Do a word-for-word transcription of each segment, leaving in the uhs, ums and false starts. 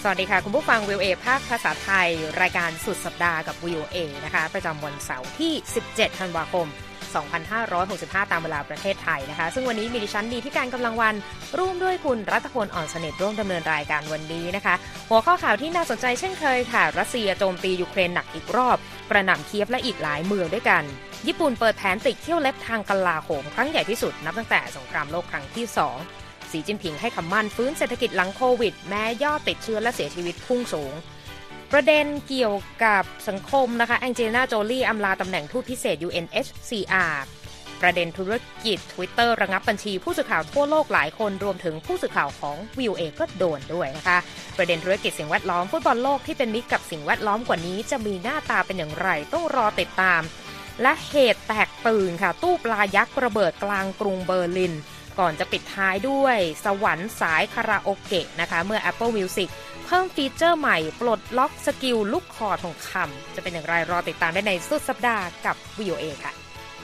สวัสดีค่ะคุณผู้ฟัง วี โอ เอ ภาคภาษาไทยรายการสุดสัปดาห์กับ วี โอ เอ นะคะประจำวันเสาร์ที่สิบเจ็ดธันวาคมสองพันห้าร้อยหกสิบห้าตามเวลาประเทศไทยนะคะซึ่งวันนี้มีดิฉันดีที่การกำลังวันร่วมด้วยคุณรัตพลอ่อนสนิทร่วมดำเนินรายการวันนี้นะคะหัวข้อข่าวที่น่าสนใจเช่นเคยค่ะรัสเซียโจมตียูเครนหนักอีกรอบกระหน่ำเคียฟและอีกหลายเมืองด้วยกันญี่ปุ่นเปิดแผนติดเขี้ยวเล็บทางกลาโหมครั้งใหญ่ที่สุดนับตั้งแต่สงครามโลกครั้งที่สองสีจิ้นผิงให้คำมั่นฟื้นเศรษฐกิจหลังโควิดแม้ยอดติดเชื้อและเสียชีวิตพุ่งสูงประเด็นเกี่ยวกับสังคมนะคะแองเจลิน่าโจลี่อำลาตำแหน่งทูตพิเศษ ยู เอ็น เอช ซี อาร์ ประเด็นธุรกิจ Twitter ระงับบัญชีผู้สื่อข่าวทั่วโลกหลายคนรวมถึงผู้สื่อข่าวของ วี โอ เอ ก็โดนด้วยนะคะประเด็นธุรกิจสิ่งแวดล้อมฟุตบอลโลกที่เป็นมิตรกับสิ่งแวดล้อมกว่านี้จะมีหน้าตาเป็นอย่างไรต้องรอติดตามและเหตุแตกตื่นค่ะตู้ปลายักษ์ระเบิดกลางกรุงเบอร์ลินก่อนจะปิดท้ายด้วยสวรรค์สายคาราโอเกะนะคะเมื่อ Apple Music เพิ่มฟีเจอร์ใหม่ปลดล็อกสกิลลูกคอทองคำจะเป็นอย่างไรรอติดตามได้ในสุดสัปดาห์กับ วี โอ เอ ค่ะ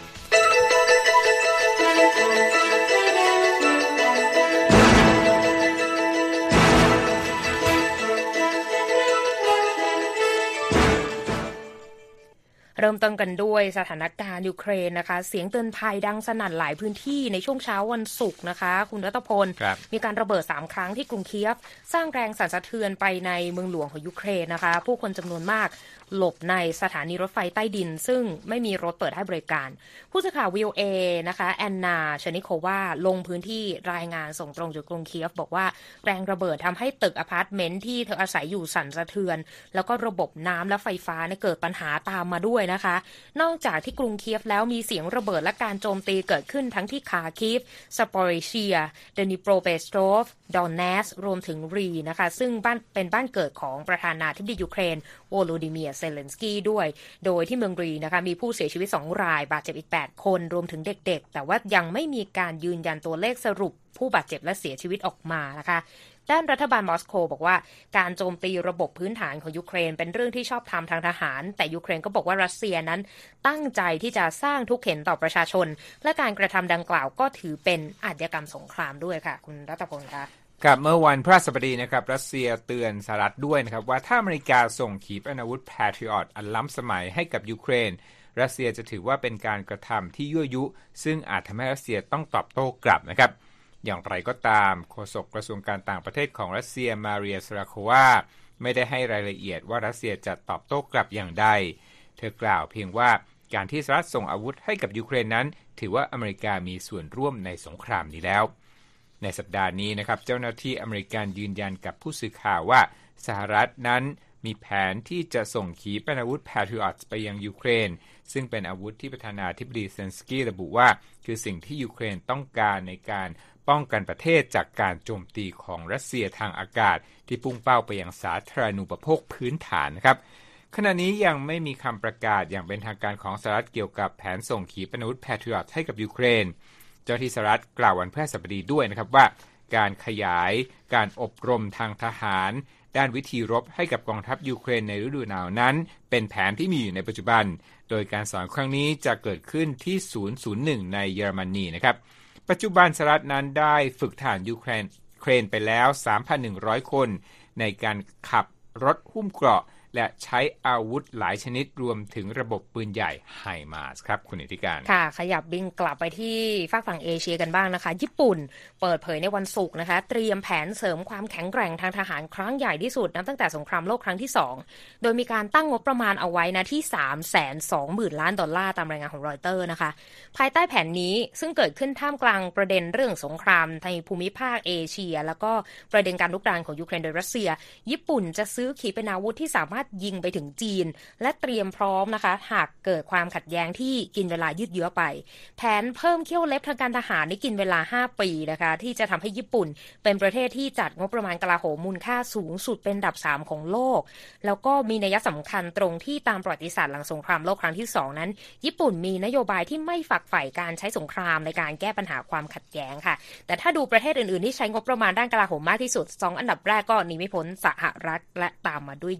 เริ่มต้นกันด้วยสถานการณ์ยูเครนนะคะเสียงเตือนภัยดังสนั่นหลายพื้นที่ในช่วงเช้าวันศุกร์นะคะคุณรัตพลมีการระเบิดสามครั้งที่กรุงเคียฟสร้างแรงสั่นสะเทือนไปในเมืองหลวงของยูเครนนะคะผู้คนจำนวนมากหลบในสถานีรถไฟใต้ดินซึ่งไม่มีรถเปิดให้บริการผู้สื่อข่าว วี โอ เอ นะคะแอนนาชนิโควาลงพื้นที่รายงานส่งตรงจากกรุงเคียฟบอกว่าแรงระเบิดทำให้ตึกอพาร์ตเมนต์ที่เธออาศัยอยู่สั่นสะเทือนแล้วก็ระบบน้ำและไฟฟ้าเนี่ยเกิดปัญหาตามมาด้วยนะคะนอกจากที่กรุงเคียฟแล้วมีเสียงระเบิดและการโจมตีเกิดขึ้นทั้งที่คาคีฟซาปอริเชียเดนิโปรเปสโตรฟดอนเนสรวมถึงรีนะคะซึ่งบ้านเป็นบ้านเกิดของประธานาธิบดียูเครนโวโลดิเมียร์เซเลนสกี้ด้วยโดยที่เมืองรีนะคะมีผู้เสียชีวิตสองรายบาดเจ็บอีกแปดคนรวมถึงเด็กๆแต่ว่ายังไม่มีการยืนยันตัวเลขสรุปผู้บาดเจ็บและเสียชีวิตออกมานะคะด้านรัฐบาลมอสโกบอกว่าการโจมตีระบบพื้นฐานของยูเครนเป็นเรื่องที่ชอบธรรมทางทหารแต่ยูเครนก็บอกว่ารัสเซียนั้นตั้งใจที่จะสร้างทุกข์เข็ญต่อประชาชนและการกระทำดังกล่าวก็ถือเป็นอาชญากรรมสงครามด้วยค่ะคุณรัตพลคะกับเมื่อวันพฤหัสบดีนะครับรัสเซียเตือนสหรัฐด้วยนะครับว่าถ้าอเมริกาส่งขีปนาวุธ Patriot อันล้ำสมัยให้กับยูเครนรัสเซียจะถือว่าเป็นการกระทำที่ยั่วยุซึ่งอาจทำให้รัสเซียต้องตอบโต้กลับนะครับอย่างไรก็ตามโฆษกกระทรวงการต่างประเทศของรัสเซียมาเรียสราโควาไม่ได้ให้รายละเอียดว่ารัสเซียจะตอบโต้กลับอย่างใดเธอกล่าวเพียงว่าการที่สหรัฐส่งอาวุธให้กับยูเครนนั้นถือว่าอเมริกามีส่วนร่วมในสงครามนี้แล้วในสัปดาห์นี้นะครับเจ้าหน้าที่อเมริกันยืนยันกับผู้สื่อข่าวว่าสหรัฐนั้นมีแผนที่จะส่งขีปนาวุธ Patriot ไปยังยูเครนซึ่งเป็นอาวุธที่ประธานาธิบดีเซเลนสกี้ระบุว่าคือสิ่งที่ยูเครนต้องการในการป้องกันประเทศจากการโจมตีของรัสเซียทางอากาศที่พุ่งเป้าไปยังสาธารณูปโภคพื้นฐานนะครับขณะนี้ยังไม่มีคำประกาศอย่างเป็นทางการของสหรัฐเกี่ยวกับแผนส่งขีปนาวุธ Patriot ให้กับยูเครนเจ้าที่สหรัฐกล่าววันพฤหัสบดีด้วยนะครับว่าการขยายการอบรมทางทหารด้านวิธีรบให้กับกองทัพยูเครนในฤดูหนาวนั้นเป็นแผนที่มีอยู่ในปัจจุบันโดยการสอนครั้งนี้จะเกิดขึ้นที่ศูนย์ ศูนย์ หนึ่งในเยอรมนีนะครับปัจจุบันสหรัฐนั้นได้ฝึกทหารยูเครนเครนไปแล้ว สามพันหนึ่งร้อย คนในการขับรถหุ้มเกราะและใช้อาวุธหลายชนิดรวมถึงระบบปืนใหญ่ไฮมาร์สครับคุณนิติการค่ะขยับบินกลับไปที่ฝากฝั่งเอเชียกันบ้างนะคะญี่ปุ่นเปิดเผยในวันศุกร์นะคะเตรียมแผนเสริมความแข็งแกร่งทางทหารครั้งใหญ่ที่สุดนับตั้งแต่สงครามโลกครั้งที่สองโดยมีการตั้งงบประมาณเอาไว้นะที่ สามแสนสองหมื่น ล้านดอลลาร์ตามรายงานของรอยเตอร์นะคะภายใต้แผนนี้ซึ่งเกิดขึ้นท่ามกลางประเด็นเรื่องสงครามในภูมิภาคเอเชียแล้วก็ประเด็นการลุกรานของยูเครนโดยรัสเซียญี่ปุ่นจะซื้อขีปนาวุธที่สามารถยิงไปถึงจีนและเตรียมพร้อมนะคะหากเกิดความขัดแย้งที่กินเวลายืดเยื้อไปแผนเพิ่มเขี้ยวเล็บทางการทหารนี่กินเวลาห้าปีนะคะที่จะทำให้ญี่ปุ่นเป็นประเทศที่จัดงบประมาณกลาโหมมูลค่าสูงสุดเป็นอันดับสามของโลกแล้วก็มีนัยสำคัญตรงที่ตามประวัติศาสตร์หลังสงครามโลกครั้งที่สองนั้นญี่ปุ่นมีนโยบายที่ไม่ฝักใฝ่การใช้สงครามในการแก้ปัญหาความขัดแย้งค่ะแต่ถ้าดูประเทศอื่นๆที่ใช้งบประมาณด้านกลาโหมมากที่สุดสองอันดับแรกก็หนีไม่พ้นสหรัฐและตามมาด้วยจีนนะ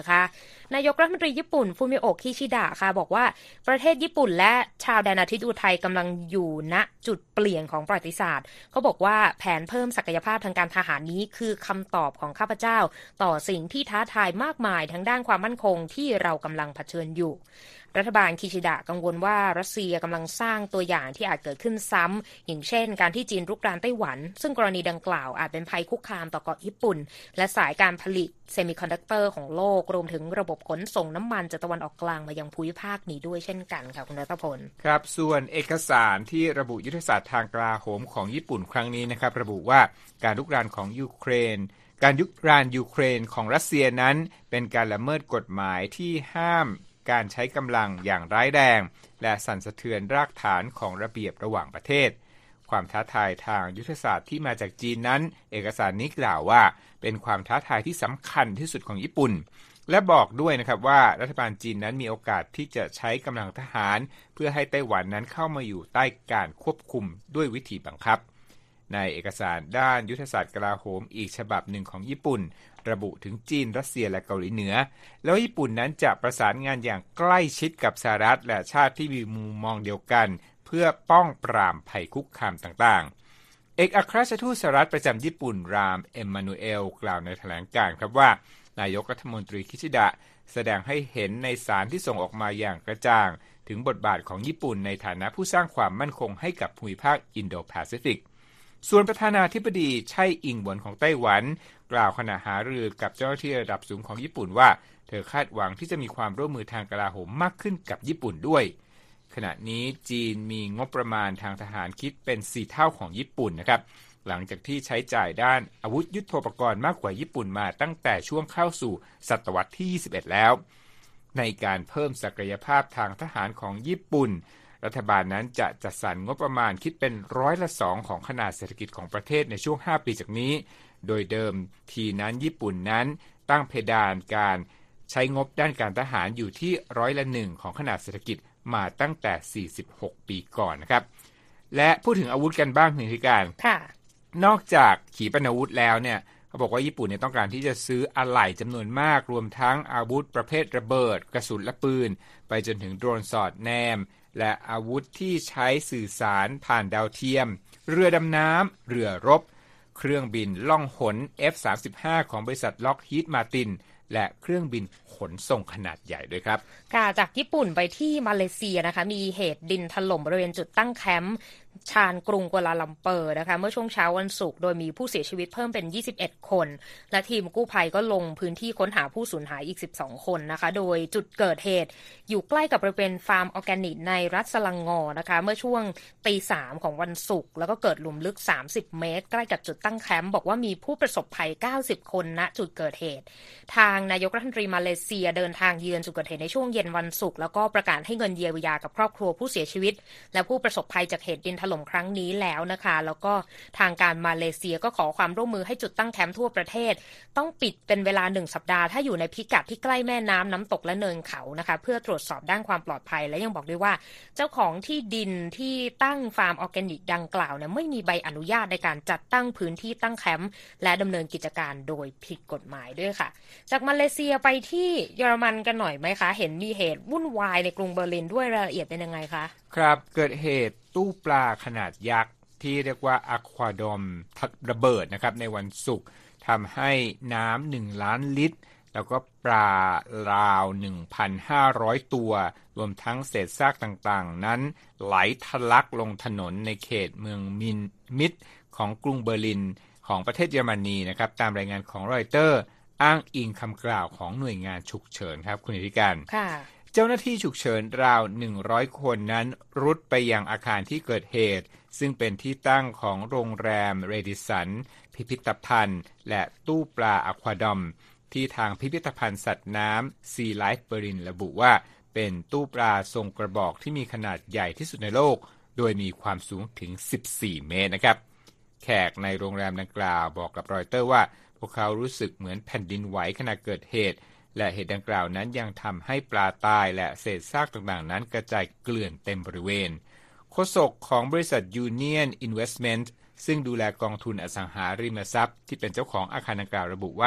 นะคะนายกรัฐมนตรีญี่ปุ่นฟูมิโอะคิชิดะค่ะบอกว่าประเทศญี่ปุ่นและชาวแดนอาทิตย์อุทัยกำลังอยู่ณจุดเปลี่ยนของประวัติศาสตร์เขาบอกว่าแผนเพิ่มศักยภาพทางการทหารนี้คือคำตอบของข้าพเจ้าต่อสิ่งที่ท้าทายมากมายทั้งด้านความมั่นคงที่เรากำลังเผชิญอยู่รัฐบาลคิชิดะกังวลว่ารัสเซียกำลังสร้างตัวอย่างที่อาจเกิดขึ้นซ้ำอย่างเช่นการที่จีนรุกรานไต้หวันซึ่งกรณีดังกล่าวอาจเป็นภัยคุกคามต่อเกาะญี่ปุ่นและสายการผลิตเซมิคอนดักเตอร์ของโลกรวมถึงระบบขนส่งน้ำมันจากตะวันออกกลางมายังภูมิภาคนี้ด้วยเช่นกันค่ะคุณรัตพลครับส่วนเอกสารที่ระบุยุทธศาสตร์ทางกลาโหมของญี่ปุ่นครั้งนี้นะครับระบุว่าการรุกรานของยูเครนการยุกรานยูเครนของรัสเซียนั้นเป็นการละเมิดกฎหมายที่ห้ามการใช้กำลังอย่างร้ายแรงและสั่นสะเทือนรากฐานของระเบียบระหว่างประเทศความท้าทายทางยุทธศาสตร์ที่มาจากจีนนั้นเอกสารนี้กล่าวว่าเป็นความท้าทายที่สำคัญที่สุดของญี่ปุ่นและบอกด้วยนะครับว่ารัฐบาลจีนนั้นมีโอกาสที่จะใช้กำลังทหารเพื่อให้ไต้หวันนั้นเข้ามาอยู่ใต้การควบคุมด้วยวิธีบังคับในเอกสารด้านยุทธศาสตร์กลาโหมอีกฉบับหนึ่งของญี่ปุ่นระบุถึงจีนรัสเซียและเกาหลีเหนือแล้วญี่ปุ่นนั้นจะประสานงานอย่างใกล้ชิดกับสหรัฐและชาติที่มีมุมมองเดียวกันเพื่อป้องปรามภัยคุกคามต่างๆเอกอัครราชทูตสหรัฐประจำญี่ปุ่นรามเอ็มมานูเอลกล่าวในแถลงการณ์ครับว่านายกรัฐมนตรีคิชิดะแสดงให้เห็นในสารที่ส่งออกมาอย่างกระจ่างถึงบทบาทของญี่ปุ่นในฐานะผู้สร้างความมั่นคงให้กับภูมิภาคอินโดแปซิฟิกส่วนประธานาธิบดีไช่อิงหวนของไต้หวันกล่าวขณะหารือกับเจ้าหน้าที่ระดับสูงของญี่ปุ่นว่าเธอคาดหวังที่จะมีความร่วมมือทางกลาโหมมากขึ้นกับญี่ปุ่นด้วยขณะนี้จีนมีงบประมาณทางทหารคิดเป็นสี่เท่าของญี่ปุ่นนะครับหลังจากที่ใช้จ่ายด้านอาวุธยุทโธปกรณ์มากกว่าญี่ปุ่นมาตั้งแต่ช่วงเข้าสู่ศตวรรษที่ยี่สิบเอ็ดแล้วในการเพิ่มศักยภาพทางทหารของญี่ปุ่นรัฐบาลนั้นจะจัดสรรงบประมาณคิดเป็นร้อยละสองของขนาดเศรษฐกิจของประเทศในช่วงห้าปีจากนี้โดยเดิมทีนั้นญี่ปุ่นนั้นตั้งเพดานการใช้งบด้านการทหารอยู่ที่ร้อยละหนึ่งของขนาดเศรษฐกิจมาตั้งแต่สี่สิบหกปีก่อนนะครับและพูดถึงอาวุธกันบ้างหนึ่งที่การนอกจากขีปนาวุธแล้วเนี่ยเขาบอกว่าญี่ปุ่นเนี่ยต้องการที่จะซื้ออะไหล่จำนวนมากรวมทั้งอาวุธประเภทระเบิดกระสุนและปืนไปจนถึงโดรนสอดแนมและอาวุธที่ใช้สื่อสารผ่านดาวเทียมเรือดำน้ำเรือรบเครื่องบินล่องหน เอฟ สามสิบห้า ของบริษัทล็อกฮีดมาร์ตินและเครื่องบินขนส่งขนาดใหญ่ด้วยครับค่ะจากญี่ปุ่นไปที่มาเลเซียนะคะมีเหตุดินถล่มบริเวณจุดตั้งแคมป์ชานกรุงกัวลาลัมเปอร์นะคะเมื่อช่วงเช้าวันศุกร์โดยมีผู้เสียชีวิตเพิ่มเป็นยี่สิบเอ็ดคนและทีมกู้ภัยก็ลงพื้นที่ค้นหาผู้สูญหายอีกสิบสองคนนะคะโดยจุดเกิดเหตุอยู่ใกล้กับบริเวณฟาร์มออร์แกนิกในรัฐสลังงอนะคะเมื่อช่วงตีสามของวันศุกร์แล้วก็เกิดหลุมลึกสามสิบเมตรใกล้กับจุดตั้งแคมป์บอกว่ามีผู้ประสบภัยเก้าสิบคนณจุดเกิดเหตุทางนายกรัฐมนตรีมาเลเซียเดินทางเยือนจุดเกิดเหตุในช่วงเย็นวันศุกร์แล้วก็ประกาศให้เงินเยียวยากับครอบครัวผู้เสียชีวิตและผู้ประสบภัยจากเหตุดินถล่มครั้งนี้แล้วนะคะแล้วก็ทางการมาเลเซียก็ขอความร่วมมือให้จุดตั้งแคมป์ทั่วประเทศต้องปิดเป็นเวลาหนึ่งสัปดาห์ถ้าอยู่ในพิกัดที่ใกล้แม่น้ำน้ำตกและเนินเขานะคะเพื่อตรวจสอบด้านความปลอดภัยและยังบอกด้วยว่าเจ้าของที่ดินที่ตั้งฟาร์มออร์แกนิกดังกล่าวเนี่ยไม่มีใบอนุญาตในการจัดตั้งพื้นที่ตั้งแคมป์และดำเนินกิจการโดยผิดกฎหมายด้วยค่ะจากมาเลเซียไปที่เยอรมันกันหน่อยไหมคะเห็นมีเหตุวุ่นวายในกรุงเบอร์ลินด้วยรายละเอียดเป็นยังไงคะครับเกิดเหตุตู้ปลาขนาดยักษ์ที่เรียกว่าอะควาดอมระเบิดนะครับในวันศุกร์ทำให้น้ำหนึ่งล้านลิตรแล้วก็ปลาราว หนึ่งพันห้าร้อย ตัวรวมทั้งเศษซากต่างๆนั้นไหลทะลักลงถนนในเขตเมืองมินมิดของกรุงเบอร์ลินของประเทศเยอรมนีนะครับตามรายงานของรอยเตอร์อ้างอิงคำกล่าวของหน่วยงานฉุกเฉินครับคุณอิทธิการเจ้าหน้าที่ฉุกเฉินราวหนึ่งร้อยคนนั้นรุดไปยังอาคารที่เกิดเหตุซึ่งเป็นที่ตั้งของโรงแรมเรดิสันพิพิธภัณฑ์และตู้ปลาอควาดอมที่ทางพิพิธภัณฑ์สัตว์น้ำซีไลฟ์เบอรินระบุว่าเป็นตู้ปลาทรงกระบอกที่มีขนาดใหญ่ที่สุดในโลกโดยมีความสูงถึงสิบสี่เมตรนะครับแขกในโรงแรมดังกล่าวบอกกับรอยเตอร์ว่าพวกเขารู้สึกเหมือนแผ่นดินไหวขณะเกิดเหตุและเหตุดังกล่าวนั้นยังทำให้ปลาตายและเศษซากต่างๆนั้นกระจายเกลื่อนเต็มบริเวณโฆษกของบริษัท Union Investment ซึ่งดูแลกองทุนอสังหาริมทรัพย์ที่เป็นเจ้าของอาคารดังกล่าวระบุว่า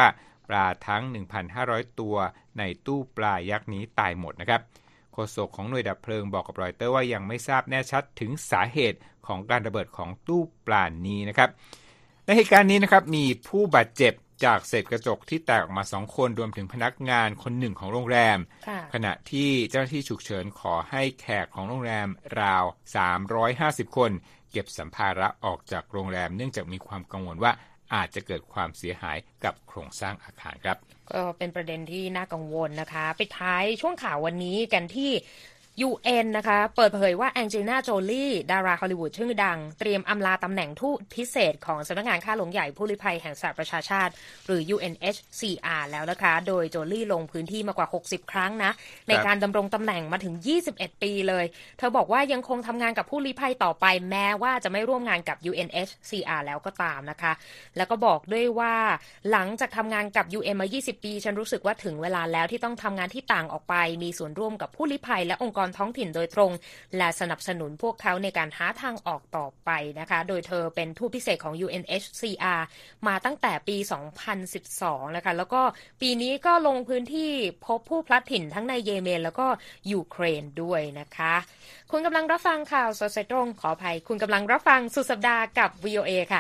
ปลาทั้ง หนึ่งพันห้าร้อย ตัวในตู้ปลายักษ์นี้ตายหมดนะครับโฆษกของหน่วยดับเพลิงบอกกับรอยเตอร์ว่ายังไม่ทราบแน่ชัดถึงสาเหตุของการระเบิดของตู้ปลานี้นะครับในเหตุการณ์นี้นะครับมีผู้บาดเจ็บจากเศษกระจกที่แตกออกมาสองคนรวมถึงพนักงานคนหนึ่งของโรงแรมขณะที่เจ้าหน้าที่ฉุกเฉินขอให้แขกของโรงแรมราวสามร้อยห้าสิบคนเก็บสัมภาระออกจากโรงแรมเนื่องจากมีความกังวลว่าอาจจะเกิดความเสียหายกับโครงสร้างอาคารครับก็เป็นประเด็นที่น่ากังวลนะคะปิดท้ายช่วงข่าววันนี้กันที่ ยู เอ็น นะคะเปิดเผยว่าแองเจลิน่าโจลี่ดาราฮอลลีวูดชื่อดังเตรียมอำลาตำแหน่งทูตพิเศษของสำนักงานข้าหลวงใหญ่ผู้ลี้ภัยแห่งสหประชาชาติหรือ ยู เอ็น เอช ซี อาร์ แล้วนะคะโดยโจลี่ลงพื้นที่มากว่าหกสิบครั้งนะในการดำรงตำแหน่งมาถึงยี่สิบเอ็ดปีเลยเธอบอกว่ายังคงทำงานกับผู้ลี้ภัยต่อไปแม้ว่าจะไม่ร่วมงานกับ ยู เอ็น เอช ซี อาร์ แล้วก็ตามนะคะแล้วก็บอกด้วยว่าหลังจากทำงานกับ ยู เอ็น มายี่สิบปีฉันรู้สึกว่าถึงเวลาแล้วที่ต้องทำงานที่ต่างออกไปมีส่วนร่วมกับผู้ลี้ภัยและองค์กรท้องถิ่นโดยตรงและสนับสนุนพวกเขาในการหาทางออกต่อไปนะคะโดยเธอเป็นทูตพิเศษของ ยู เอ็น เอช ซี อาร์ มาตั้งแต่ปีสองพันสิบสองนะคะแล้วก็ปีนี้ก็ลงพื้นที่พบผู้พลัดถิ่นทั้งในเยเมนแล้วก็ยูเครนด้วยนะคะคุณกำลังรับฟังข่าวสดสายตรงขออภัยคุณกำลังรับฟังสุดสัปดาห์กับ วี โอ เอ ค่ะ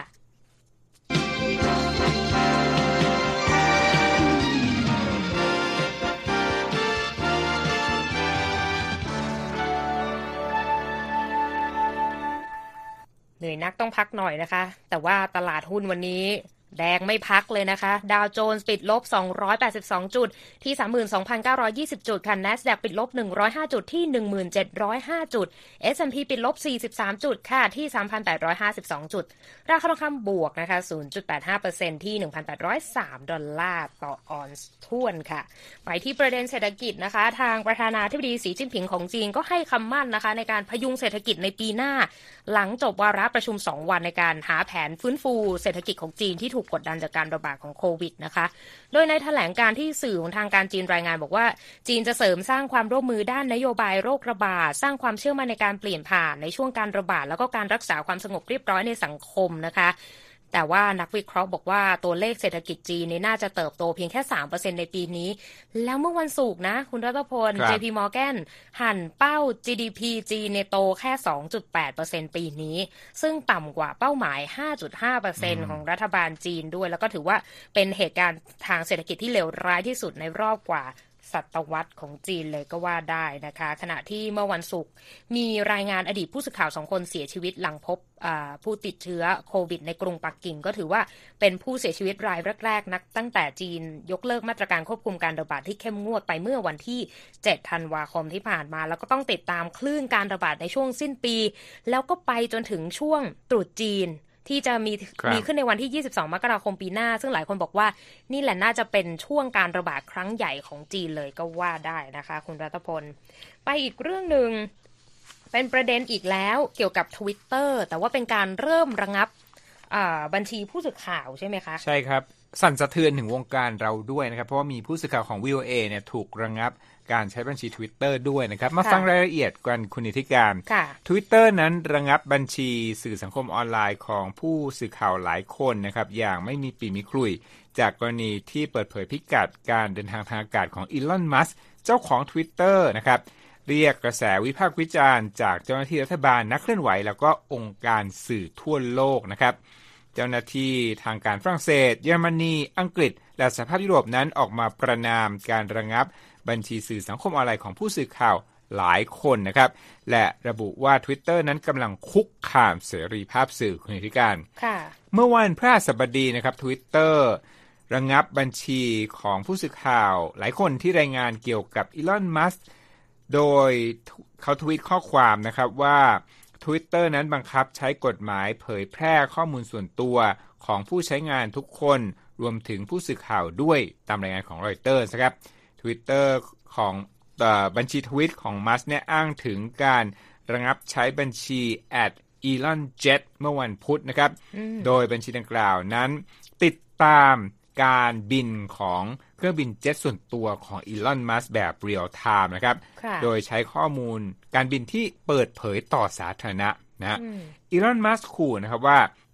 เหนื่อยนักต้องพักหน่อยนะคะแต่ว่าตลาดหุ้นวันนี้แดงไม่พักเลยนะคะดาวโจนส์ปิดลบสองร้อยแปดสิบสองจุดที่ สามหมื่นสองพันเก้าร้อยยี่สิบ จุดค่ะ NASDAQ ปิดลบหนึ่งร้อยห้าจุดที่ หนึ่งพันเจ็ดร้อยห้า จุด เอส แอนด์ พี ปิดลบสี่สิบสามจุดค่ะที่ สามพันแปดร้อยห้าสิบสอง จุดราคาทองคำบวกนะคะ ศูนย์จุดแปดห้าเปอร์เซ็นต์ ที่ หนึ่งพันแปดร้อยสาม ดอลลาร์ต่อออนซ์ถ้วนค่ะไปที่ประเด็นเศรษฐกิจนะคะทางประธานาธิบดีสีจิ้นผิงของจีนก็ให้คำมั่นนะคะในการพยุงเศรษฐกิจในปีหน้าหลังจบวาระประชุมสองวันในการหาแผนฟื้นฟูเศรษฐกิจของจีนที่ถูกกดดันจากการระบาดของโควิดนะคะโดยในแถลงการที่สื่อของทางการจีนรายงานบอกว่าจีนจะเสริมสร้างความร่วมมือด้านนโยบายโรคระบาดสร้างความเชื่อมั่นในการเปลี่ยนผ่านในช่วงการระบาดแล้วก็การรักษาความสงบเรียบร้อยในสังคมนะคะแต่ว่านักวิเคราะห์บอกว่าตัวเลขเศรษฐกิจจีนน่าจะเติบโตเพียงแค่ สามเปอร์เซ็นต์ ในปีนี้แล้วเมื่อวันศุกร์นะคุณรัตพล เจ พี Morgan หั่นเป้า จี ดี พี จีนโตแค่ สองจุดแปดเปอร์เซ็นต์ ปีนี้ซึ่งต่ำกว่าเป้าหมาย ห้าจุดห้าเปอร์เซ็นต์ ของรัฐบาลจีนด้วยแล้วก็ถือว่าเป็นเหตุการณ์ทางเศรษฐกิจที่เลวร้ายที่สุดในรอบกว่าศตวรรษของจีนเลยก็ว่าได้นะคะขณะที่เมื่อวันศุกร์มีรายงานอดีตผู้สื่อข่าวสองคนเสียชีวิตหลังพบผู้ติดเชื้อโควิดในกรุงปักกิ่งก็ถือว่าเป็นผู้เสียชีวิตรายแรกๆนักตั้งแต่จีนยกเลิกมาตรการควบคุมการระบาดที่เข้มงวดไปเมื่อวันที่เจ็ดธันวาคมที่ผ่านมาแล้วก็ต้องติดตามคลื่นการระบาดในช่วงสิ้นปีแล้วก็ไปจนถึงช่วงตรุษจีนที่จะมีมีขึ้นในวันที่ยี่สิบสองมกราคมปีหน้าซึ่งหลายคนบอกว่านี่แหละน่าจะเป็นช่วงการระบาดครั้งใหญ่ของจีนเลยก็ว่าได้นะคะคุณรัตพลไปอีกเรื่องนึงเป็นประเด็นอีกแล้วเกี่ยวกับ Twitter แต่ว่าเป็นการเริ่มระงับบัญชีผู้สื่อข่าวใช่ไหมคะใช่ครับสั่นสะเทือนถึงวงการเราด้วยนะครับเพราะว่ามีผู้สื่อข่าวของ วี โอ เอ เนี่ยถูกระงับการใช้บัญชี Twitter ด้วยนะครับมาฟังรายละเอียดกันคุณนิติการ Twitter นั้นระงับบัญชีสื่อสังคมออนไลน์ของผู้สื่อข่าวหลายคนนะครับอย่างไม่มีปีมีคลุยจากกรณีที่เปิดเผยพิกัดการเดินทางทางอากาศของอีลอนมัสก์เจ้าของ Twitter นะครับเรียกกระแสวิพากษ์วิจารณ์จากเจ้าหน้าที่รัฐบาลนักเคลื่อนไหวแล้วก็องค์การสื่อทั่วโลกนะครับเจ้าหน้าที่ทางการฝรั่งเศสเยอรมนีอังกฤษและสหภาพยุโรปนั้นออกมาประณามการระงับบัญชีสื่อสังคมออนไลน์ของผู้สื่อข่าวหลายคนนะครับและระบุว่า Twitter นั้นกำลังคุกคามเสรีภาพสื่อคุณธิการเมื่อวันพฤหัสบดีนะครับ Twitter ระงับบัญชีของผู้สื่อข่าวหลายคนที่รายงานเกี่ยวกับอีลอนมัสก์โดยเขาทวีตข้อความนะครับว่า Twitter นั้นบังคับใช้กฎหมายเผยแพร่ข้อมูลส่วนตัวของผู้ใช้งานทุกคนรวมถึงผู้สื่อข่าวด้วยตามรายงานของรอยเตอร์นะครับ Twitter ของบัญชีทวิตของมัสก์เนี่ยอ้างถึงการระงับใช้บัญชี แอท อีลอน เจ็ต เมื่อวันพุธนะครับโดยบัญชีดังกล่าวนั้นติดตามการบินของเครื่องบินเจ็ตส่วนตัวของอีลอนมัสก์แบบเรียลไทม์นะครับโดยใช้ข้อมูลการบินที่เปิดเผยต่อสาธารณะนะอีลอนมัสก์ขู่นะครับว่า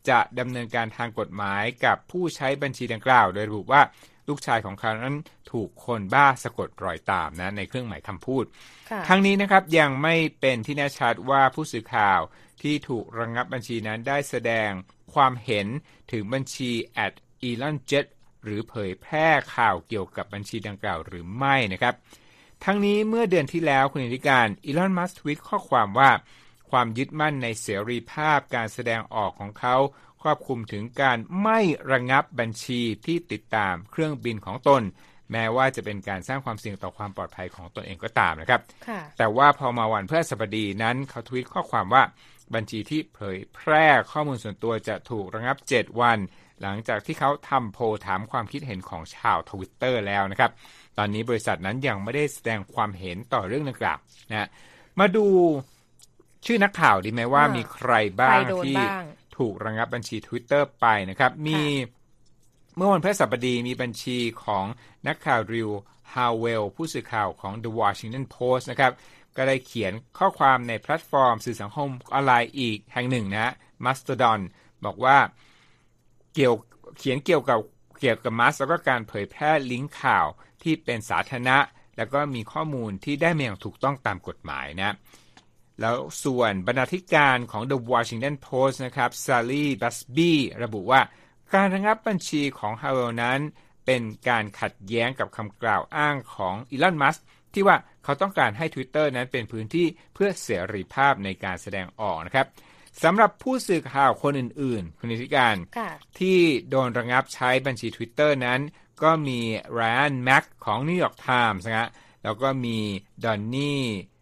จะดำเนินการทางกฎหมายกับผู้ใช้บัญชีดังกล่าวโดยระบุว่าลูกชายของเขานั้นถูกคนบ้าสะกดรอยตามนะในเครื่องหมายคำพูดทั้งนี้นะครับยังไม่เป็นที่แน่ชัดว่าผู้สื่อข่าวที่ถูกระงับบัญชีนั้นได้แสดงความเห็นถึงบัญชี แอท Elon Jet หรือเผยแพร่ข่าวเกี่ยวกับบัญชีดังกล่าวหรือไม่นะครับทั้งนี้เมื่อเดือนที่แล้วคุณนิติการอีลอนมัสก์ทวีตข้อความว่าความยึดมั่นในเสรีภาพการแสดงออกของเขาครอบคลุมถึงการไม่ระงับบัญชีที่ติดตามเครื่องบินของตนแม้ว่าจะเป็นการสร้างความเสี่ยงต่อความปลอดภัยของตนเองก็ตามนะครับแต่ว่าพอมาวันพฤหัสบดีนั้นเขาทวีตข้อความว่าบัญชีที่เผยแพร่ข้อมูลส่วนตัวจะถูกระงับเจ็ดวันหลังจากที่เขาทำโพลถามความคิดเห็นของชาว Twitter แล้วนะครับตอนนี้บริษัทนั้นยังไม่ได้แสดงความเห็นต่อเรื่องดังกล่าวนะมาดูชื่อนักข่าวดีไหมว่ามีใครบ้างที่ถูกระงับบัญชี Twitter ไปนะครับมีเมื่อวันพฤหัสบดีมีบัญชีของนักข่าวริวฮาวเวลผู้สื่อข่าวของ The Washington Post นะครับก็ได้เขียนข้อความในแพลตฟอร์มสื่อสังคมออนไลน์อีกแห่งหนึ่งนะ Mastodon บอกว่าเกี่ยวเขียนเกี่ยวกับเกี่ยวกับมัสก์แล้วก็การเผยแพร่ลิงก์ข่าวที่เป็นสาธารณะแล้วก็มีข้อมูลที่ได้มาอย่างถูกต้องตามกฎหมายนะแล้วส่วนบรรณาธิการของ The Washington Post นะครับ Sally Busby ระบุว่าการระงับบัญชีของ Howell นั้นเป็นการขัดแย้งกับคำกล่าวอ้างของอีลอนมัสก์ที่ว่าเขาต้องการให้ Twitter นั้นเป็นพื้นที่เพื่อเสรีภาพในการแสดงออกนะครับสำหรับผู้สื่อข่าวคนอื่นๆคุณนิติการที่โดนระงับใช้บัญชี Twitter นั้นก็มี Ryan Mac ของ New York Times นะแล้วก็มี Donny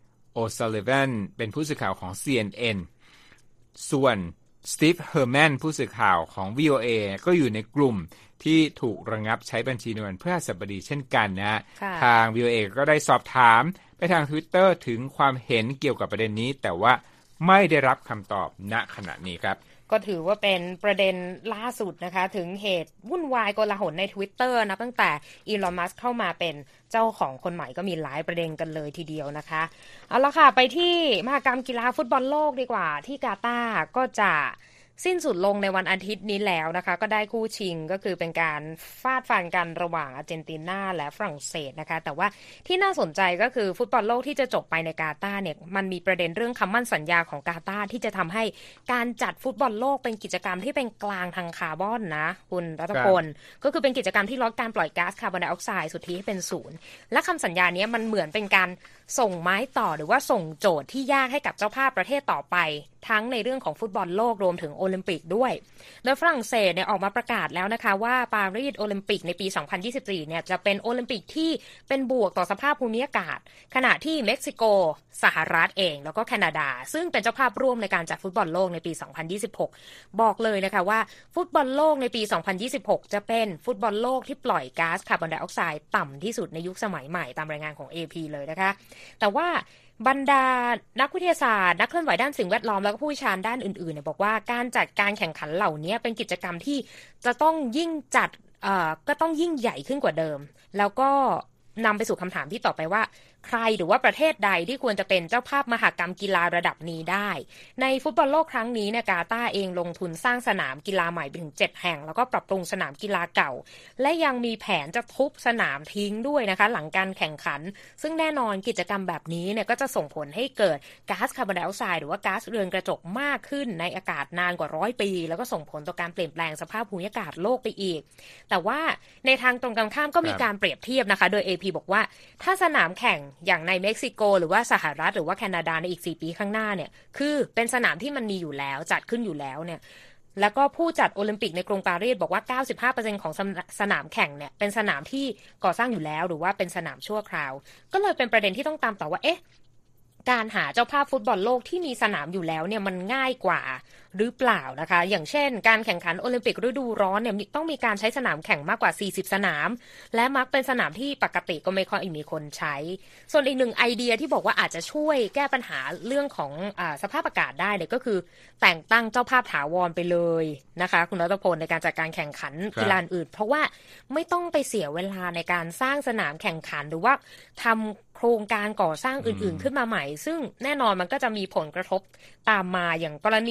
O'Sullivan เป็นผู้สื่อข่าวของ ซี เอ็น เอ็น ส่วน Steve Herman ผู้สื่อข่าวของ วี โอ เอ ก็อยู่ในกลุ่มที่ถูกระงับใช้บัญชีในวันพฤหัสบดีเช่นกันนะทาง วี โอ เอ ก็ได้สอบถามไปทาง Twitter ถึงความเห็นเกี่ยวกับประเด็นนี้แต่ว่าไม่ได้รับคำตอบณขณะนี้ครับก็ถือว่าเป็นประเด็นล่าสุดนะคะถึงเหตุวุ่นวายโกลาหลใน Twitter นะตั้งแต่อีลอนมัสก์เข้ามาเป็นเจ้าของคนใหม่ก็มีหลายประเด็นกันเลยทีเดียวนะคะเอาละค่ะไปที่มหกรรมกีฬาฟุตบอลโลกดีกว่าที่กาตาร์ก็จะสิ้นสุดลงในวันอาทิตย์นี้แล้วนะคะก็ได้คู่ชิงก็คือเป็นการฟาดฟันกันระหว่างอาร์เจนตินาและฝรั่งเศสนะคะแต่ว่าที่น่าสนใจก็คือฟุตบอลโลกที่จะจบไปในกาตาร์เนี่ยมันมีประเด็นเรื่องคำมั่นสัญญาของกาตาร์ที่จะทำให้การจัดฟุตบอลโลกเป็นกิจกรรมที่เป็นกลางทางคาร์บอนนะคุณรัตพลก็คือเป็นกิจกรรมที่ลดการปล่อยก๊าซคาร์บอนไดออกไซด์สุทธิให้เป็นศูนย์และคำสัญญานี้มันเหมือนเป็นการส่งไม้ต่อหรือว่าส่งโจทย์ที่ยากให้กับเจ้าภาพประเทศต่อไปทั้งในเรื่องของฟุตบอลโลกรวมถึงโอลิมปิกด้วยโดยฝรั่งเศสเนี่ยออกมาประกาศแล้วนะคะว่าปารีสโอลิมปิกในปีสองพันยี่สิบสี่เนี่ยจะเป็นโอลิมปิกที่เป็นบวกต่อสภาพภูมิอากาศขณะที่เม็กซิโกสหรัฐเองแล้วก็แคนาดาซึ่งเป็นเจ้าภาพร่วมในการจัดฟุตบอลโลกในปีสองพันยี่สิบหกบอกเลยนะคะว่าฟุตบอลโลกในปีสองพันยี่สิบหกจะเป็นฟุตบอลโลกที่ปล่อยก๊าซคาร์บอนไดออกไซด์ต่ำที่สุดในยุคสมัยใหม่ตามรายงานของ เอ พี เลยนะคะแต่ว่าบรรดานักวิทยาศาสตร์นักเคลื่อนไหวด้านสิ่งแวดล้อมแล้วก็ผู้เชี่ยวชาญด้านอื่นๆเนี่ยบอกว่าการจัดการแข่งขันเหล่านี้เป็นกิจกรรมที่จะต้องยิ่งจัดเอ่อก็ต้องยิ่งใหญ่ขึ้นกว่าเดิมแล้วก็นำไปสู่คำถามที่ต่อไปว่าใครหรือว่าประเทศใดที่ควรจะเป็นเจ้าภาพมหกรรมกีฬาระดับนี้ได้ในฟุตบอลโลกครั้งนี้เนี่ยกาตาร์เองลงทุนสร้างสนามกีฬาใหม่ไปถึงเจ็ดแห่งแล้วก็ปรับปรุงสนามกีฬาเก่าและยังมีแผนจะทุบสนามทิ้งด้วยนะคะหลังการแข่งขันซึ่งแน่นอนกิจกรรมแบบนี้เนี่ยก็จะส่งผลให้เกิดก๊าซคาร์บอนไดออกไซด์หรือว่าก๊าซเรือนกระจกมากขึ้นในอากาศนานกว่าร้อยปีแล้วก็ส่งผลต่อการเปลี่ยนแปลงสภาพภูมิอากาศโลกไปอีกแต่ว่าในทางตรงกันข้ามก็มีการเปรียบเทียบนะคะโดย เอ พี บอกว่าถ้าสนามแข่งอย่างในเม็กซิโกหรือว่าสหรัฐหรือว่าแคนาดาในอีกสี่ปีข้างหน้าเนี่ยคือเป็นสนามที่มันมีอยู่แล้วจัดขึ้นอยู่แล้วเนี่ยแล้วก็ผู้จัดโอลิมปิกในกรุงปารีสบอกว่า เก้าสิบห้าเปอร์เซ็นต์ ของสนามแข่งเนี่ยเป็นสนามที่ก่อสร้างอยู่แล้วหรือว่าเป็นสนามชั่วคราวก็เลยเป็นประเด็นที่ต้องตามต่อว่าเอ๊ะการหาเจ้าภาพฟุตบอลโลกที่มีสนามอยู่แล้วเนี่ยมันง่ายกว่าหรือเปล่านะคะอย่างเช่นการแข่งขันโอลิมปิกฤดูร้อนเนี่ยต้องมีการใช้สนามแข่งมากกว่าสี่สิบสนามและมักเป็นสนามที่ปกติก็ไม่ค่อยมีคนใช้ส่วนอีกหนึ่งไอเดียที่บอกว่าอาจจะช่วยแก้ปัญหาเรื่องของอ่าสภาพอากาศได้เนี่ยก็คือแต่งตั้งเจ้าภาพถาวรไปเลยนะคะคุณรัตพลในการจัดการแข่งขันกีฬาอื่นเพราะว่าไม่ต้องไปเสียเวลาในการสร้างสนามแข่งขันหรือว่าทำโครงการก่อสร้างอื่นๆขึ้นมาใหม่ซึ่งแน่นอนมันก็จะมีผลกระทบตามมาอย่างกรณีคือ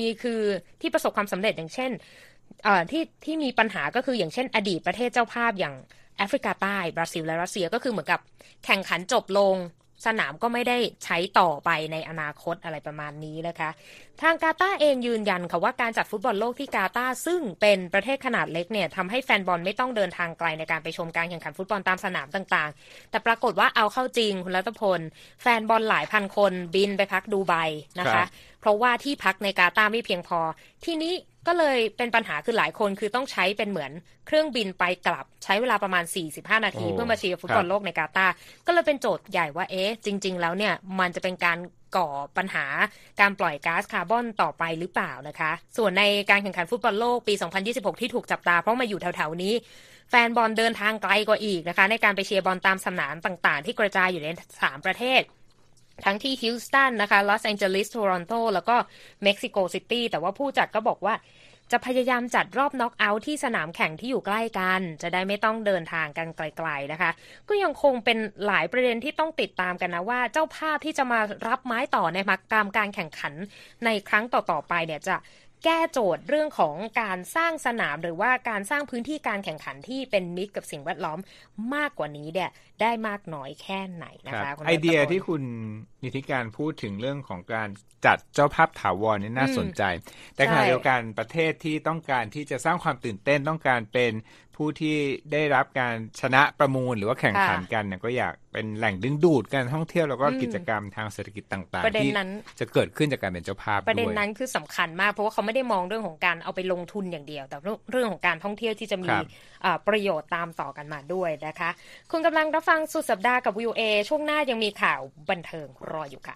ที่ประสบความสำเร็จอย่างเช่นที่ที่มีปัญหาก็คืออย่างเช่นอดีตประเทศเจ้าภาพอย่างแอฟริกาใต้บราซิลและรัสเซียก็คือเหมือนกับแข่งขันจบลงสนามก็ไม่ได้ใช้ต่อไปในอนาคตอะไรประมาณนี้นะคะทางกาตาร์เองยืนยันค่ะว่าการจัดฟุตบอลโลกที่กาตาร์ซึ่งเป็นประเทศขนาดเล็กเนี่ยทำให้แฟนบอลไม่ต้องเดินทางไกลในการไปชมการแข่งขันฟุตบอลตามสนามต่างๆแต่ปรากฏว่าเอาเข้าจริงคุณรัตพลแฟนบอลหลายพันคนบินไปพักดูไบนะคะเพราะว่าที่พักในกาตาร์ไม่เพียงพอที่นี้ก็เลยเป็นปัญหาคือหลายคนคือต้องใช้เป็นเหมือนเครื่องบินไปกลับใช้เวลาประมาณสี่สิบห้านาทีเพื่อมาเชียร์ฟุตบอลโลกในกาตาร์ก็เลยเป็นโจทย์ใหญ่ว่าเอ๊ะจริงๆแล้วเนี่ยมันจะเป็นการก่อปัญหาการปล่อยก๊าซคาร์บอนต่อไปหรือเปล่านะคะส่วนในการแข่งขันฟุตบอลโลกปีสองพันยี่สิบหกที่ถูกจับตาเพราะมาอยู่แถวๆนี้แฟนบอลเดินทางไกลกว่าอีกนะคะในการไปเชียร์บอลตามสนามต่างๆที่กระจายอยู่ในสามประเทศทั้งที่ฮิวสตันนะคะลอสแองเจลิสโทรอนโตแล้วก็เม็กซิโกซิตี้แต่ว่าผู้จัดก็บอกว่าจะพยายามจัดรอบน็อกเอาท์ที่สนามแข่งที่อยู่ใกล้กันจะได้ไม่ต้องเดินทางกันไกลๆนะคะก็ยังคงเป็นหลายประเด็นที่ต้องติดตามกันนะว่าเจ้าภาพที่จะมารับไม้ต่อในมากรรมการแข่งขันในครั้งต่อๆไปเนี่ยจะแก้โจทย์เรื่องของการสร้างสนามหรือว่าการสร้างพื้นที่การแข่งขันที่เป็นมิตรกับสิ่งแวดล้อมมากกว่านี้เนี่ยได้มากน้อยแค่ไหนนะคะไอเดียที่คุณนิติการพูดถึงเรื่องของการจัดเจ้าภาพถาวรนี่น่าสนใจแต่ขณะเดียวกันประเทศที่ต้องการที่จะสร้างความตื่นเต้นต้องการเป็นผู้ที่ได้รับการชนะประมูลหรือว่าแข่งขันกันเนี่ยก็อยากเป็นแหล่งดึงดูดการท่องเที่ยวแล้วก็กิจกรรมทางเศรษฐกิจต่างๆที่จะเกิดขึ้นจากการเป็นเจ้าภาพด้วยประเด็นนั้นคือสำคัญมากเพราะว่าเขาไม่ได้มองเรื่องของการเอาไปลงทุนอย่างเดียวแต่เรื่องของการท่องเที่ยวที่จะมีประโยชน์ตามต่อกันมาด้วยนะคะคุณกำลังรับฟังสุดสัปดาห์กับ วี โอ เอ ช่วงหน้ายังมีข่าวบันเทิงรออยู่ค่ะ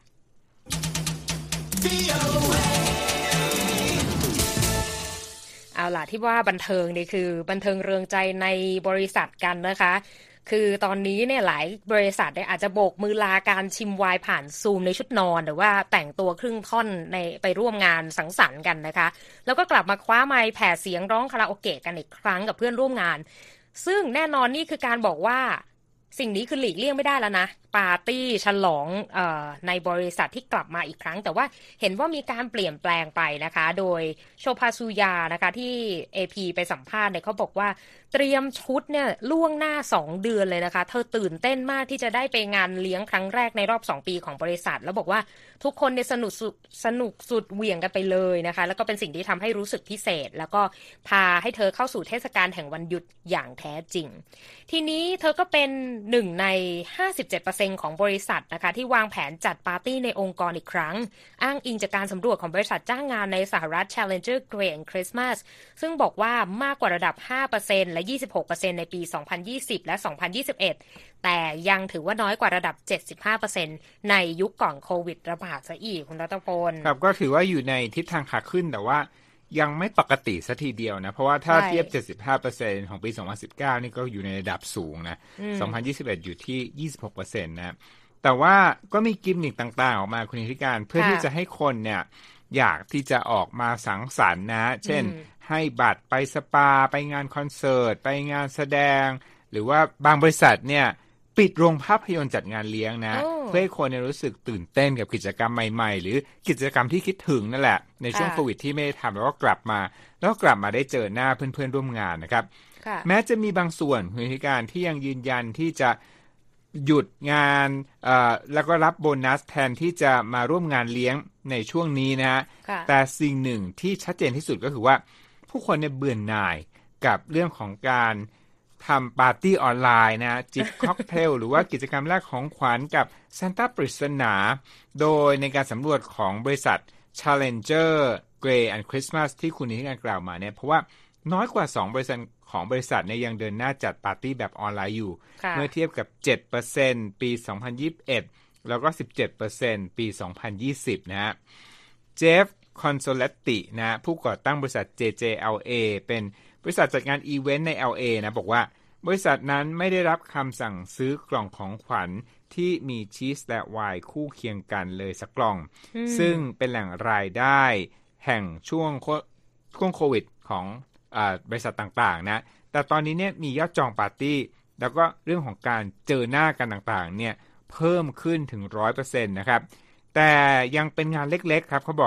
เอาล่ะที่ว่าบันเทิงนี่คือบันเทิงเริงใจในบริษัทกันนะคะคือตอนนี้เนี่ยหลายบริษัทเนี่ยอาจจะโบกมือลาการชิมไวน์ผ่านซูมในชุดนอนหรือว่าแต่งตัวครึ่งท่อนในไปร่วมงานสังสรรค์กันนะคะแล้วก็กลับมาคว้าไมค์แผ่เสียงร้องคาราโอเกะกันอีกครั้งกับเพื่อนร่วมงานซึ่งแน่นอนนี่คือการบอกว่าสิ่งนี้คือหลีกเลี่ยงไม่ได้แล้วนะปาร์ตี้ฉลองเอ่อในบริษัทที่กลับมาอีกครั้งแต่ว่าเห็นว่ามีการเปลี่ยนแปลงไปนะคะโดยโชภาซูยานะคะที่ เอ พี ไปสัมภาษณ์เนี่ยเขาบอกว่าเตรียมชุดเนี่ยล่วงหน้าสองเดือนเลยนะคะเธอตื่นเต้นมากที่จะได้ไปงานเลี้ยงครั้งแรกในรอบสองปีของบริษัทแล้วบอกว่าทุกคนเนี่ยสนุกสนุกสุดเหวี่ยงกันไปเลยนะคะแล้วก็เป็นสิ่งที่ทำให้รู้สึกพิเศษแล้วก็พาให้เธอเข้าสู่เทศกาลแห่งวันหยุดอย่างแท้จริงทีนี้เธอก็เป็นหนึ่งใน ห้าสิบเจ็ดเปอร์เซ็นต์ ของบริษัทนะคะที่วางแผนจัดปาร์ตี้ในองค์กรอีกครั้งอ้างอิงจากการสำรวจของบริษัทจ้างงานในสหรัฐ Challenger Gray and Christmas ซึ่งบอกว่ามากกว่าระดับ ห้าเปอร์เซ็นต์ และ ยี่สิบหกเปอร์เซ็นต์ ในปี สองพันยี่สิบ และ สองพันยี่สิบเอ็ด แต่ยังถือว่าน้อยกว่าระดับ เจ็ดสิบห้าเปอร์เซ็นต์ ในยุคก่อนโควิดระบาดซะอีกคุณรัตพลครับก็ถือว่าอยู่ในทิศทางขาขึ้นแต่ว่ายังไม่ปกติซะทีเดียวนะเพราะว่าถ้าเทียบ เจ็ดสิบห้าเปอร์เซ็นต์ ของปี สองพันสิบเก้า นี่ก็อยู่ในระดับสูงนะสองพันยี่สิบเอ็ด อยู่ที่ ยี่สิบหกเปอร์เซ็นต์ นะแต่ว่าก็มีกิมมิคต่างๆออกมาคุณนิติการเพื่อที่จะให้คนเนี่ยอยากที่จะออกมาสังสรรค์นะเช่นให้บัตรไปสปาไปงานคอนเสิร์ตไปงานแสดงหรือว่าบางบริษัทเนี่ยปิดโรงภาพยนตร์จัดงานเลี้ยงนะเพื่อให้คนเนี่ยรู้สึกตื่นเต้นกับกิจกรรมใหม่ๆหรือกิจกรรมที่คิดถึงนั่นแหละในช่วงโควิดที่ไม่ได้ทำแล้วก็กลับมาแล้วก็กลับมาได้เจอหน้าเพื่อนๆร่วมงานนะครับแม้จะมีบางส่วนคุณนิติการที่ยังยืนยันที่จะหยุดงานแล้วก็รับโบนัสแทนที่จะมาร่วมงานเลี้ยงในช่วงนี้นะฮะแต่สิ่งหนึ่งที่ชัดเจนที่สุดก็คือว่าผู้คนเนี่ยเบื่อหน่ายกับเรื่องของการทำปาร์ตี้ออนไลน์นะจิบค็อกเทลหรือว่ากิจกรรมแลกของขวัญกับซานต้าปริศนาโดยในการสำรวจของบริษัท Challenger Gray and Christmas ที่คุณนิติการกล่าวมาเนี่ยเพราะว่าน้อยกว่าสองบริษัทของบริษัทเนี่ยยังเดินหน้าจัดปาร์ตี้แบบออนไลน์อยู่เมื่อเทียบกับ เจ็ดเปอร์เซ็นต์ ปี สองพันยี่สิบเอ็ด แล้วก็ สิบเจ็ดเปอร์เซ็นต์ ปี สองพันยี่สิบ นะฮะเจฟคอนโซเลตตินะผู้ก่อตั้งบริษัท เจ เจ แอล เอ เป็นบริษัทจัดงานอีเวนต์ใน แอล เอ นะบอกว่าบริษัทนั้นไม่ได้รับคำสั่งซื้อกล่องของขวัญที่มีชีสและไวน์คู่เคียงกันเลยสักกล่องซึ่งเป็นแหล่งรายได้แห่งช่วงช่วงโควิดของอ่าบริษัทต่างๆนะแต่ตอนนี้เนี่ยมียอดจองปาร์ตี้แล้วก็เรื่องของการเจอหน้ากันต่างๆเนี่ยเพิ่มขึ้นถึง หนึ่งร้อยเปอร์เซ็นต์ นะครับแต่ยังเป็นงานเล็กๆครับเขาบอก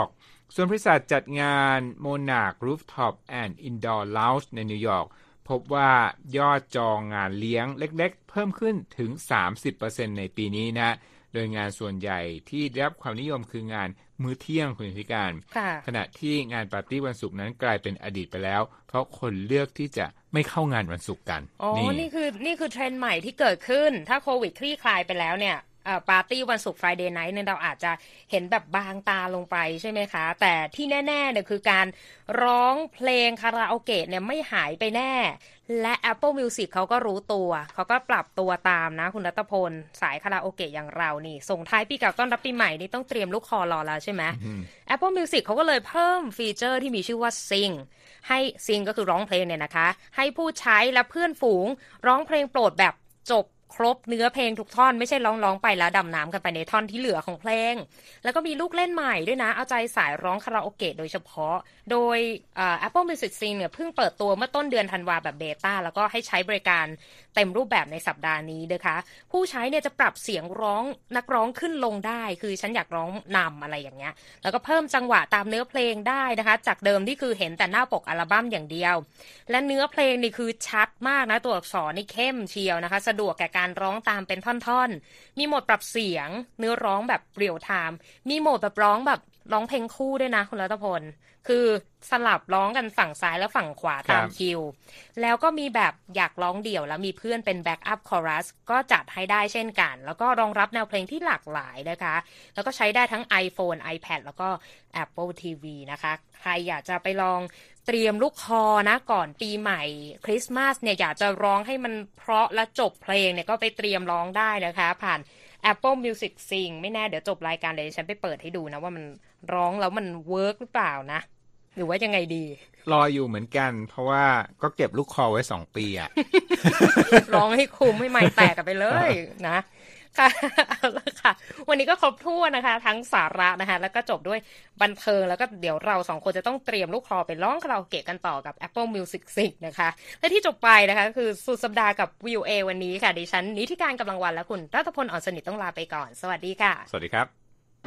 ส่วนบริษัทจัดงาน Monarch Rooftop and Indoor Lounge ในนิวยอร์กพบว่ายอดจองงานเลี้ยงเล็กๆเพิ่มขึ้นถึง สามสิบเปอร์เซ็นต์ ในปีนี้นะโดยงานส่วนใหญ่ที่ได้รับความนิยมคืองานมื้อเที่ยงคุณธิการขณะที่งานปาร์ตี้วันศุกร์นั้นกลายเป็นอดีตไปแล้วเพราะคนเลือกที่จะไม่เข้างานวันศุกร์กันอ๋อ น, นี่คือนี่คือเทรนด์ใหม่ที่เกิดขึ้นถ้าโควิดคลี่คลายไปแล้วเนี่ยปาร์ตี้วันศุกร์ Friday Night เนี่ยเราอาจจะเห็นแบบบางตาลงไปใช่ไหมคะแต่ที่แน่ๆเนี่ยคือการร้องเพลงคาราโอเกะเนี่ยไม่หายไปแน่และ Apple Music เขาก็รู้ตัวเขาก็ปรับตัวตามนะคุณรัตพลสายคาราโอเกะอย่างเรานี่ส่งท้ายปีเก่าต้อนรับปีใหม่นี่ต้องเตรียมลูกคอรอแล้วใช่ไหม Apple Music เขาก็เลยเพิ่มฟีเจอร์ที่มีชื่อว่า Sing ให้ Sing ก็คือร้องเพลงเนี่ยนะคะให้ผู้ใช้และเพื่อนฝูงร้องเพลงโปรดแบบจบครบเนื้อเพลงทุกท่อนไม่ใช่ร้องๆไปแล้วดำน้ำกันไปในท่อนที่เหลือของเพลงแล้วก็มีลูกเล่นใหม่ด้วยนะเอาใจสายร้องคาราโอเกะโดยเฉพาะโดย Apple Music Sing เนี่ยเพิ่งเปิดตัวเมื่อต้นเดือนธันวาแบบเบต้าแล้วก็ให้ใช้บริการเต็มรูปแบบในสัปดาห์นี้นะคะผู้ใช้เนี่ยจะปรับเสียงร้องนักร้องขึ้นลงได้คือฉันอยากร้องนำอะไรอย่างเงี้ยแล้วก็เพิ่มจังหวะตามเนื้อเพลงได้นะคะจากเดิมที่คือเห็นแต่หน้าปกอัลบั้มอย่างเดียวและเนื้อเพลงนี่คือชัดมากนะตัวอักษรนี่เข้มเชียวนะคะสะดวกแก่การร้องตามเป็นท่อนๆมีโหมดปรับเสียงเนื้อร้องแบบเรียลไทม์มีโหมดแบบร้องแบบร้องเพลงคู่ด้วยนะคุณรัตพลคือสลับร้องกันฝั่งซ้ายและฝั่งขวาตามคิวแล้วก็มีแบบอยากร้องเดี่ยวแล้วมีเพื่อนเป็นแบ็กอัพคอรัสก็จัดให้ได้เช่นกันแล้วก็รองรับแนวเพลงที่หลากหลายนะคะแล้วก็ใช้ได้ทั้ง iPhone iPad แล้วก็ Apple ที วี นะคะใครอยากจะไปลองเตรียมลูกคอนะก่อนปีใหม่คริสต์มาสเนี่ยอยากจะร้องให้มันเพราะและจบเพลงเนี่ยก็ไปเตรียมร้องได้นะคะผ่าน Apple Music Sing ไม่แน่เดี๋ยวจบรายการเดี๋ยวฉันไปเปิดให้ดูนะว่ามันร้องแล้วมันเวิร์กหรือเปล่านะหรือว่ายังไงดีรออยู่เหมือนกันเพราะว่าก็เก็บลูกคอไว้สองปีอะร้องให้คุ้มให้ไมค์แตกกันไปเลยนะค่ะเอาละค่ะวันนี้ก็ครบถ้วนนะคะทั้งสาระนะคะแล้วก็จบด้วยบันเทิงแล้วก็เดี๋ยวเราสองคนจะต้องเตรียมลูกคอไปร้องคาราโอเกะกันต่อกับ Apple Music Sing นะคะและที่จบไปนะคะคือสุดสัปดาห์กับ วี โอ เอ วันนี้ค่ะดิฉันนิธิการกำลังวันและคุณรัตพลอ่อนสนิทต้องลาไปก่อนสวัสดีค่ะสวัสดีครับ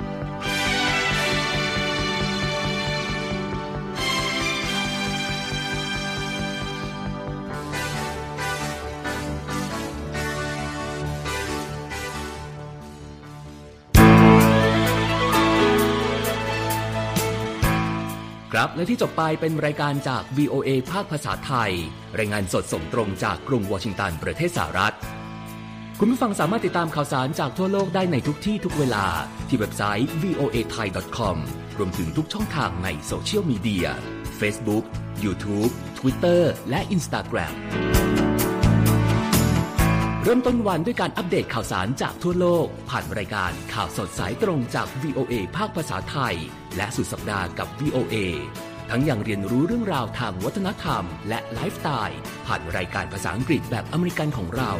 ครับและที่จบไปเป็นรายการจาก วี โอ เอ ภาคภาษาไทยรายงานสดส่งตรงจากกรุงวอชิงตันประเทศสหรัฐคุณผู้ฟังสามารถติดตามข่าวสารจากทั่วโลกได้ในทุกที่ทุกเวลาที่เว็บไซต์ วี โอ เอ ไทย ดอท คอม รวมถึงทุกช่องทางในโซเชียลมีเดีย Facebook YouTube Twitter และ Instagram เริ่มต้นวันด้วยการอัปเดตข่าวสารจากทั่วโลกผ่านรายการข่าวสดสายตรงจาก วี โอ เอ ภาคภาษาไทยและสุดสัปดาห์กับ วี โอ เอ ทั้งยังเรียนรู้เรื่องราวทางวัฒนธรรมและไลฟ์สไตล์ผ่านรายการภาษาอังกฤษแบบอเมริกันของเรา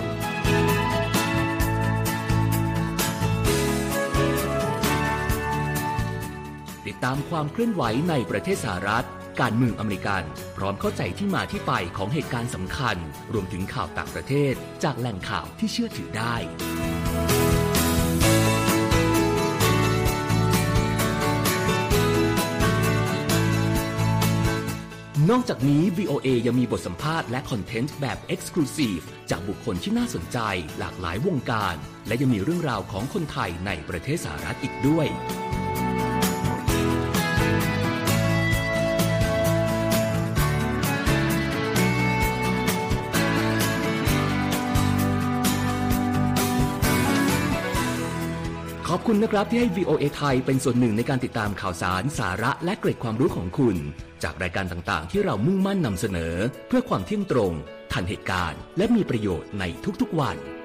ติดตามความเคลื่อนไหวในประเทศสหรัฐการเมืองอเมริกันพร้อมเข้าใจที่มาที่ไปของเหตุการณ์สำคัญรวมถึงข่าวต่างประเทศจากแหล่งข่าวที่เชื่อถือได้นอกจากนี้ วี โอ เอ ยังมีบทสัมภาษณ์และคอนเทนต์แบบ Exclusive จากบุคคลที่น่าสนใจหลากหลายวงการและยังมีเรื่องราวของคนไทยในประเทศสหรัฐอีกด้วยขอบคุณนะครับที่ให้ วี โอ เอ ไทยเป็นส่วนหนึ่งในการติดตามข่าวสารสาระและเกร็ดความรู้ของคุณจากรายการต่างๆที่เรามุ่งมั่นนำเสนอเพื่อความเที่ยงตรงทันเหตุการณ์และมีประโยชน์ในทุกๆวัน